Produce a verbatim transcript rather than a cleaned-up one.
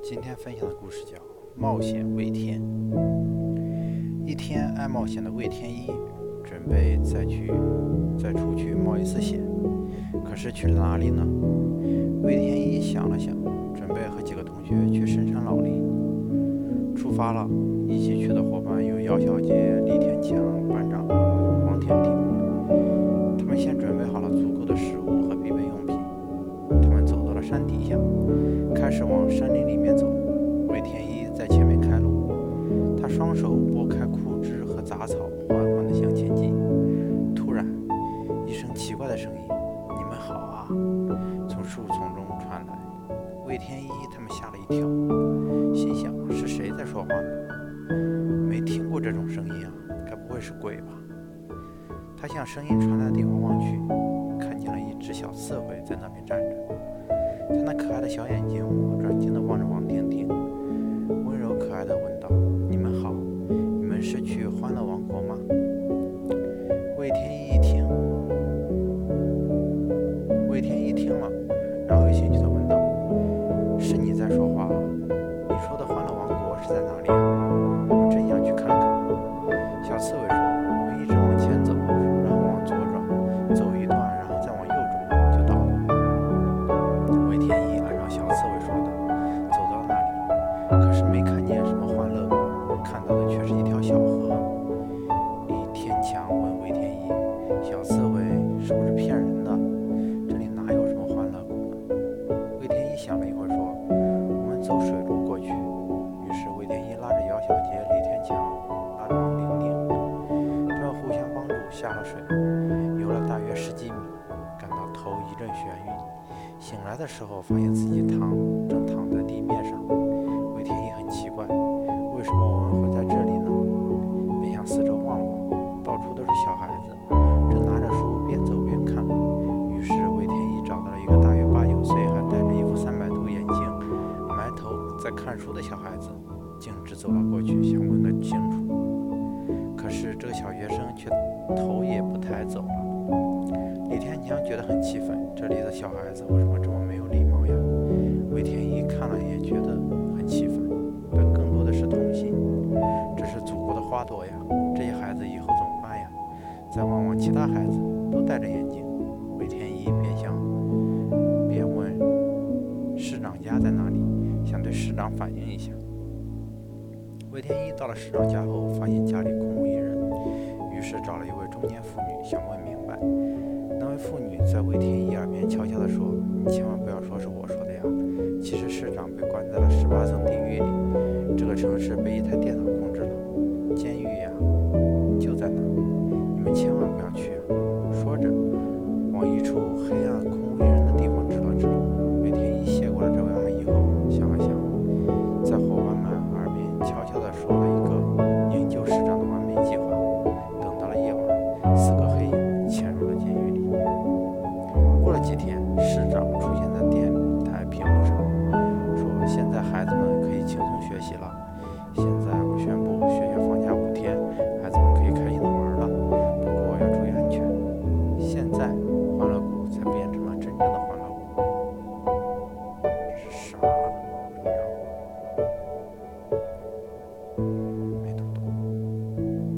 今天分享的故事叫《冒险魏天》。一天，爱冒险的魏天一准备再去再出去冒一次险，可是去哪里呢？魏天一想了想，准备和几个同学去深山老林。出发了，一起去的伙伴有姚小杰、李天强、班长王天定。他们先准备好了足够的食物和必备用品。他们走到了山底下，开始往山林里面走。魏天一在前面开路，他双手拨开枯枝和杂草，缓缓地向前进。突然，一声奇怪的声音：“你们好啊！”从树丛中传来。魏天一他们吓了一跳，心想：是谁在说话呢？没听过这种声音啊，该不会是鬼吧？他向声音传来的地方望去，看见了一只小刺猬在那边站着。他那可爱的小眼睛无转睛地望着王天定，温柔可爱地问道：“你们好，你们是去欢乐王国吗？”魏天一一听，魏天一听了，然后有兴趣地问道：“是你在说话？你说的欢乐王国是在哪里啊？我真想去看看。”小刺猬说：“我们一直往前走，然后往左转，走一段，然后再往右转，就到了。”魏天一按照小刺猬说的走到那里，可是没看见什么欢乐谷，看到的却是一条小河。李天强问魏天一：“小刺猬是不是骗人的？这里哪有什么欢乐谷呢？”魏天一想了一会儿说：“我们走水路过去。”于是魏天一拉着姚小杰、李天强，拉着王丁丁，他们互相帮助下了水，游了大约十几米，感到头一阵眩晕。醒来的时候，发现自己躺正躺在地面上。魏天一很奇怪，为什么我们会在这里呢？便向四周望望，到处都是小孩子，正拿着书边走边看。于是魏天一找到了一个大约八九岁，还戴着一副三百度眼镜，埋头在看书的小孩子，径直走了过去，想问个清楚。可是这个小学生却头也不抬走了。李天强觉得很气愤，这里的小孩子为什么这么没有礼貌呀？魏天一看了也觉得很气愤，但更多的是同情。这是祖国的花朵呀，这些孩子以后怎么办呀？再望望其他孩子，都戴着眼镜。魏天一便想，便问市长家在哪里，想对市长反映一下。魏天一到了市长家后，发现家里空无一人，于是找了一位中年妇女，想问明白。那位妇女在魏天一耳边悄悄地说：“你千万不要说是我说的呀，其实市长被关在了十八层地狱里，这个城市被一台电脑控制了，监狱呀就在那，你们千万不要去啊。”说着往一处黑暗空无一人的地方指了指。魏天一谢过了这位阿姨后，想了想，在伙伴们耳边悄悄地说了一个营救市长的完美计划。等到了夜晚，四个黑影潜入了监狱里。过了几天，市长出现在电台屏幕上，说：“现在孩子们可以轻松学习了。现在我宣布，